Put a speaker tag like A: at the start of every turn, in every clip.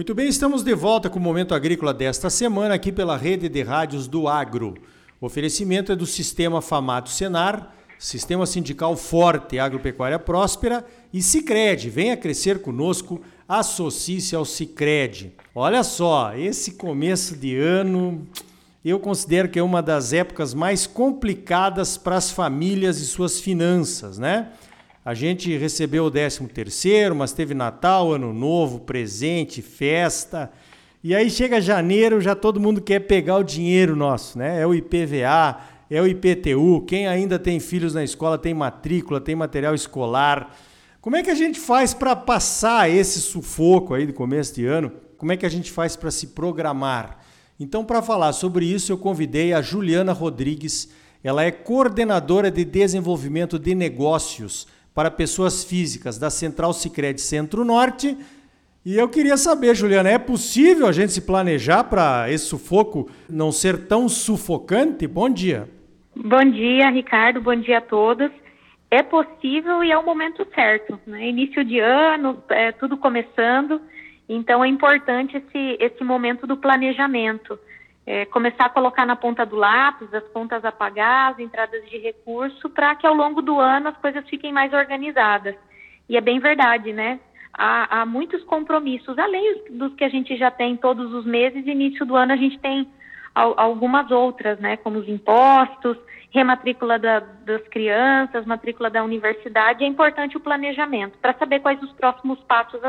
A: Muito bem, estamos de volta com o Momento Agrícola desta semana aqui pela Rede de Rádios do Agro. O oferecimento é do Sistema Famato Senar, Sistema Sindical Forte, Agropecuária Próspera e Sicredi. Venha crescer conosco, associe-se ao Sicredi. Olha só, esse começo de ano eu considero que é uma das épocas mais complicadas para as famílias e suas finanças, né? A gente recebeu o 13º, mas teve Natal, Ano Novo, presente, festa. E aí chega janeiro, já todo mundo quer pegar o dinheiro nosso, né? É o IPVA, é o IPTU. Quem ainda tem filhos na escola tem matrícula, tem material escolar. Como é que a gente faz para passar esse sufoco aí do começo de ano? Como é que a gente faz para se programar? Então, para falar sobre isso, eu convidei a Juliana Rodrigues. Ela é coordenadora de desenvolvimento de negócios para pessoas físicas da Central Sicredi Centro-Norte. E eu queria saber, Juliana, é possível a gente se planejar para esse sufoco não ser tão sufocante? Bom dia.
B: Bom dia, Ricardo. Bom dia a todos. É possível e é o momento certo, né? Início de ano, tudo começando. Então, é importante esse momento do planejamento. Começar a colocar na ponta do lápis as contas a pagar, as entradas de recurso, para que ao longo do ano as coisas fiquem mais organizadas. E é bem verdade, né? Há muitos compromissos, além dos que a gente já tem todos os meses. Início do ano a gente tem algumas outras, né? Como os impostos, rematrícula das crianças, matrícula da universidade. É importante o planejamento para saber quais os próximos passos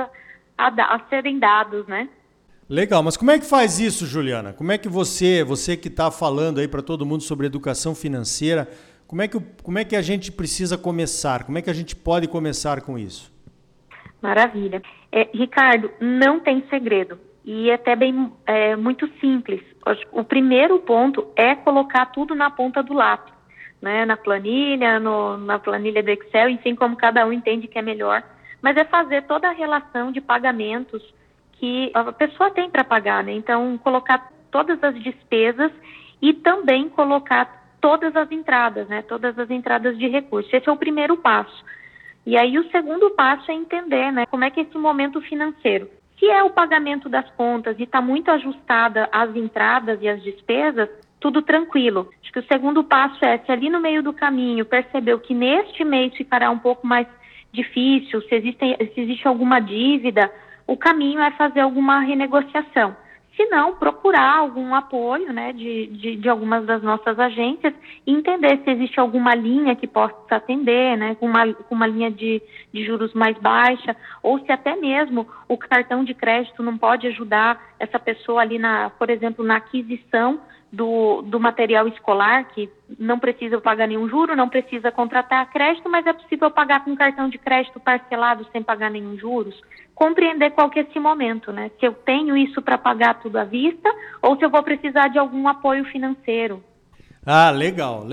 B: a serem dados, né?
A: Legal, mas como é que faz isso, Juliana? Como é que você que está falando aí para todo mundo sobre educação financeira, como é que a gente precisa começar? Como é que a gente pode começar com isso?
B: Maravilha. Ricardo, não tem segredo e é até muito simples. O primeiro ponto é colocar tudo na ponta do lápis, né? Na planilha, na planilha do Excel, enfim, como cada um entende que é melhor. Mas é fazer toda a relação de pagamentos que a pessoa tem para pagar, né? Então, colocar todas as despesas e também colocar todas as entradas, né? Todas as entradas de recursos. Esse é o primeiro passo. E aí, o segundo passo é entender, né? Como é que é esse momento financeiro. Se é o pagamento das contas e está muito ajustada as entradas e as despesas, tudo tranquilo. Acho que o segundo passo é, se ali no meio do caminho percebeu que neste mês ficará um pouco mais difícil, se existe alguma dívida, o caminho é fazer alguma renegociação. Se não, procurar algum apoio, né, de algumas das nossas agências e entender se existe alguma linha que possa atender, né, com uma linha de juros mais baixa, ou se até mesmo o cartão de crédito não pode ajudar essa pessoa ali, por exemplo, na aquisição do material escolar, que não precisa pagar nenhum juro, não precisa contratar crédito, mas é possível pagar com cartão de crédito parcelado sem pagar nenhum juros. Compreender qual que é esse momento, né? Se eu tenho isso para pagar tudo à vista ou se eu vou precisar de algum apoio financeiro.
A: Ah, legal.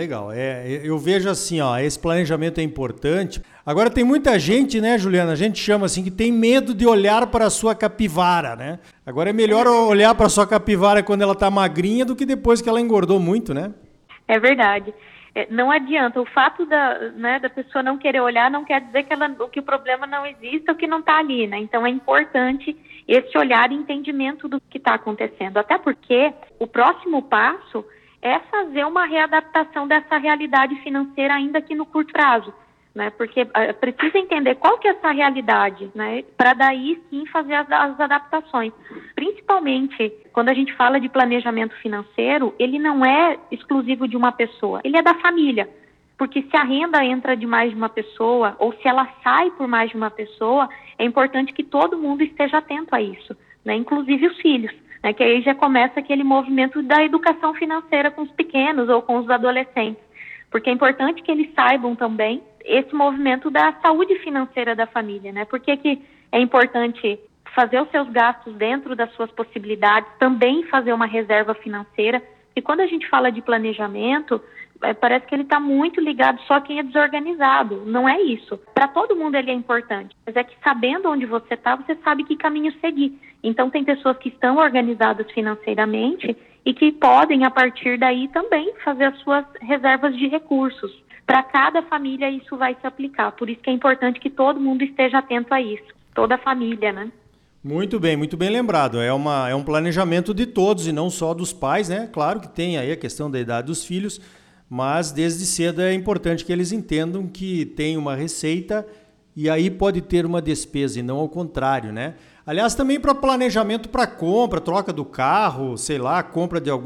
A: Eu vejo assim, esse planejamento é importante. Agora tem muita gente, né, Juliana, a gente chama assim, que tem medo de olhar para a sua capivara, né? Agora é melhor olhar para a sua capivara quando ela está magrinha do que depois que ela engordou muito, né?
B: É verdade. Não adianta. O fato da pessoa não querer olhar não quer dizer que o problema não exista ou que não está ali, né? Então é importante esse olhar e entendimento do que está acontecendo. Até porque o próximo passo é fazer uma readaptação dessa realidade financeira ainda que no curto prazo, né? Porque precisa entender qual que é essa realidade, né? Para daí sim fazer as adaptações. Principalmente quando a gente fala de planejamento financeiro, ele não é exclusivo de uma pessoa, ele é da família. Porque se a renda entra de mais de uma pessoa ou se ela sai por mais de uma pessoa, é importante que todo mundo esteja atento a isso, né? Inclusive os filhos. Né, que aí já começa aquele movimento da educação financeira com os pequenos ou com os adolescentes, porque é importante que eles saibam também esse movimento da saúde financeira da família, né? Porque que é importante fazer os seus gastos dentro das suas possibilidades, também fazer uma reserva financeira, e quando a gente fala de planejamento, parece que ele está muito ligado só a quem é desorganizado. Não é isso. Para todo mundo ele é importante, mas é que sabendo onde você está, você sabe que caminho seguir. Então tem pessoas que estão organizadas financeiramente e que podem, a partir daí, também fazer as suas reservas de recursos. Para cada família isso vai se aplicar. Por isso que é importante que todo mundo esteja atento a isso. Toda a família, né?
A: Muito bem lembrado. É um planejamento de todos e não só dos pais, né? Claro que tem aí a questão da idade dos filhos, mas desde cedo é importante que eles entendam que tem uma receita e aí pode ter uma despesa e não ao contrário, né? Aliás, também para planejamento para compra, troca do carro, sei lá, compra de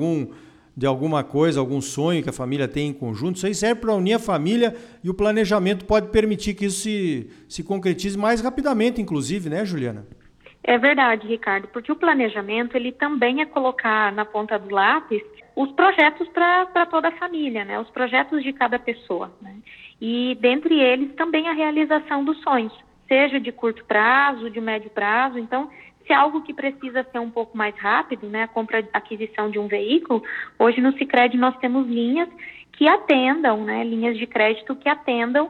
A: alguma coisa, algum sonho que a família tem em conjunto. Isso aí serve para unir a família e o planejamento pode permitir que isso se concretize mais rapidamente, inclusive, né, Juliana?
B: É verdade, Ricardo, porque o planejamento, ele também é colocar na ponta do lápis os projetos para toda a família, né? Os projetos de cada pessoa, né? E dentre eles também a realização dos sonhos, seja de curto prazo, de médio prazo. Então, se é algo que precisa ser um pouco mais rápido, né? A aquisição de um veículo, hoje no Sicredi nós temos linhas que atendam, né? Linhas de crédito que atendam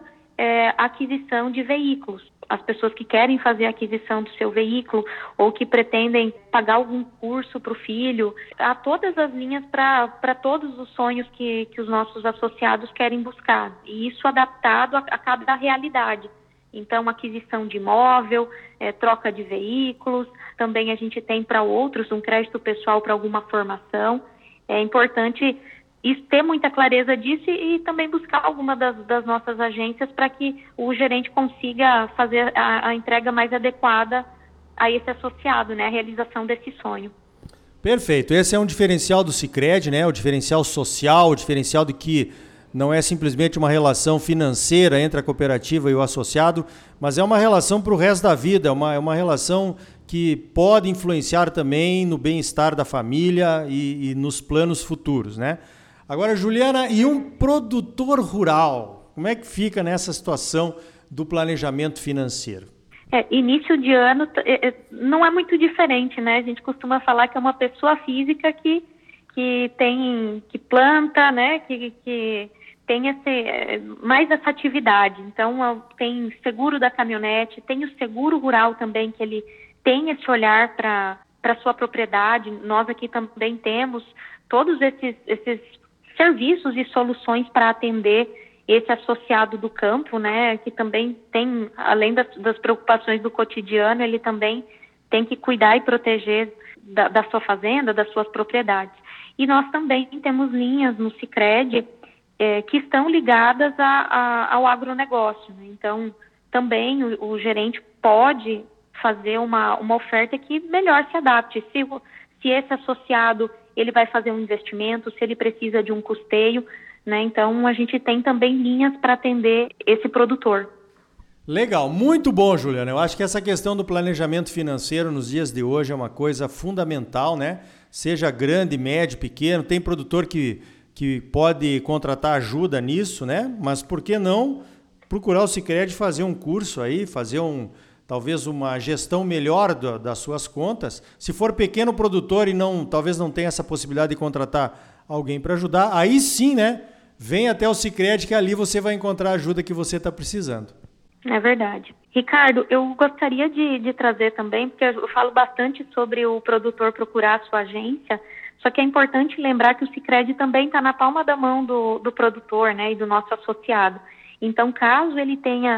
B: a aquisição de veículos. As pessoas que querem fazer a aquisição do seu veículo ou que pretendem pagar algum curso para o filho, há todas as linhas para todos os sonhos que os nossos associados querem buscar, e isso adaptado a cada realidade. Então, aquisição de imóvel, troca de veículos, também a gente tem para outros um crédito pessoal para alguma formação. É importante ter muita clareza disso e também buscar alguma das nossas agências para que o gerente consiga fazer a entrega mais adequada a esse associado, né, a realização desse sonho.
A: Perfeito. Esse é um diferencial do Sicredi, né, o diferencial social, o diferencial de que não é simplesmente uma relação financeira entre a cooperativa e o associado, mas é uma relação para o resto da vida, é uma relação que pode influenciar também no bem-estar da família e nos planos futuros, né? Agora, Juliana, e um produtor rural? Como é que fica nessa situação do planejamento financeiro?
B: Início de ano não é muito diferente, né? A gente costuma falar que é uma pessoa física que planta, né? Que tem mais essa atividade. Então, tem seguro da caminhonete, tem o seguro rural também, que ele tem esse olhar para a sua propriedade. Nós aqui também temos todos esses serviços e soluções para atender esse associado do campo, né, que também tem, além das preocupações do cotidiano, ele também tem que cuidar e proteger da sua fazenda, das suas propriedades. E nós também temos linhas no Sicredi que estão ligadas ao agronegócio, né? Então, também o gerente pode fazer uma oferta que melhor se adapte. Se esse associado ele vai fazer um investimento, se ele precisa de um custeio, né? Então, a gente tem também linhas para atender esse produtor.
A: Legal, muito bom, Juliana. Eu acho que essa questão do planejamento financeiro nos dias de hoje é uma coisa fundamental, né? Seja grande, médio, pequeno. Tem produtor que pode contratar ajuda nisso, né? Mas por que não procurar o Sicredi fazer um curso aí, fazer talvez uma gestão melhor das suas contas. Se for pequeno produtor e talvez não tenha essa possibilidade de contratar alguém para ajudar, aí sim, né? Vem até o Sicredi que ali você vai encontrar a ajuda que você está precisando.
B: É verdade. Ricardo, eu gostaria de trazer também, porque eu falo bastante sobre o produtor procurar a sua agência, só que é importante lembrar que o Sicredi também está na palma da mão do produtor, né, e do nosso associado. Então, caso ele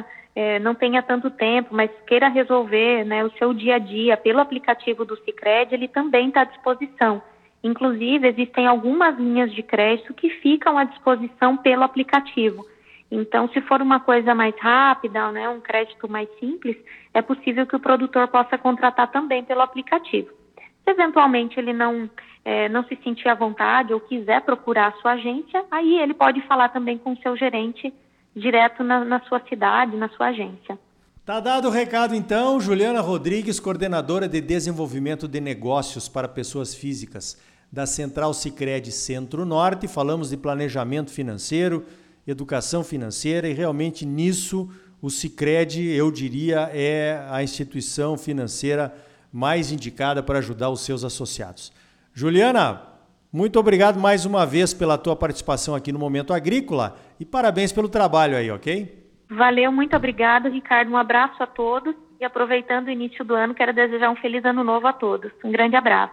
B: não tenha tanto tempo, mas queira resolver, né, o seu dia a dia pelo aplicativo do Sicredi, ele também está à disposição. Inclusive, existem algumas linhas de crédito que ficam à disposição pelo aplicativo. Então, se for uma coisa mais rápida, né, um crédito mais simples, é possível que o produtor possa contratar também pelo aplicativo. Se eventualmente ele não se sentir à vontade ou quiser procurar a sua agência, aí ele pode falar também com o seu gerente direto na sua cidade, na sua agência.
A: Tá dado o recado então, Juliana Rodrigues, coordenadora de desenvolvimento de negócios para pessoas físicas da Central Sicredi Centro-Norte. Falamos de planejamento financeiro, educação financeira e realmente nisso o Sicredi, eu diria, é a instituição financeira mais indicada para ajudar os seus associados. Juliana, muito obrigado mais uma vez pela tua participação aqui no Momento Agrícola e parabéns pelo trabalho aí, ok?
B: Valeu, muito obrigada, Ricardo. Um abraço a todos e aproveitando o início do ano, quero desejar um feliz ano novo a todos. Um grande abraço.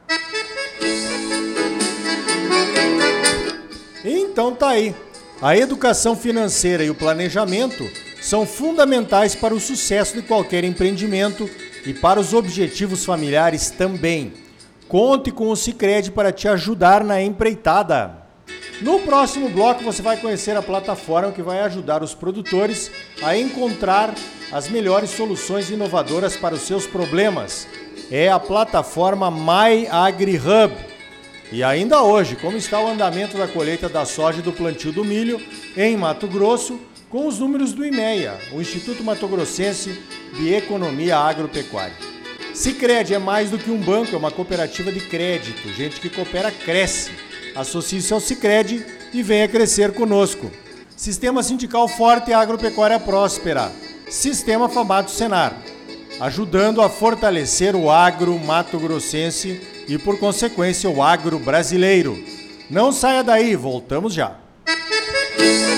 A: Então tá aí. A educação financeira e o planejamento são fundamentais para o sucesso de qualquer empreendimento e para os objetivos familiares também. Conte com o Sicredi para te ajudar na empreitada. No próximo bloco você vai conhecer a plataforma que vai ajudar os produtores a encontrar as melhores soluções inovadoras para os seus problemas. É a plataforma MyAgriHub. E ainda hoje, como está o andamento da colheita da soja e do plantio do milho em Mato Grosso, com os números do IMEA, o Instituto Mato Grossense de Economia Agropecuária. Sicredi é mais do que um banco, é uma cooperativa de crédito. Gente que coopera cresce. Associe-se ao Sicredi e venha crescer conosco. Sistema sindical forte e agropecuária próspera. Sistema Famato Senar, ajudando a fortalecer o agro mato-grossense e, por consequência, o agro brasileiro. Não saia daí, voltamos já.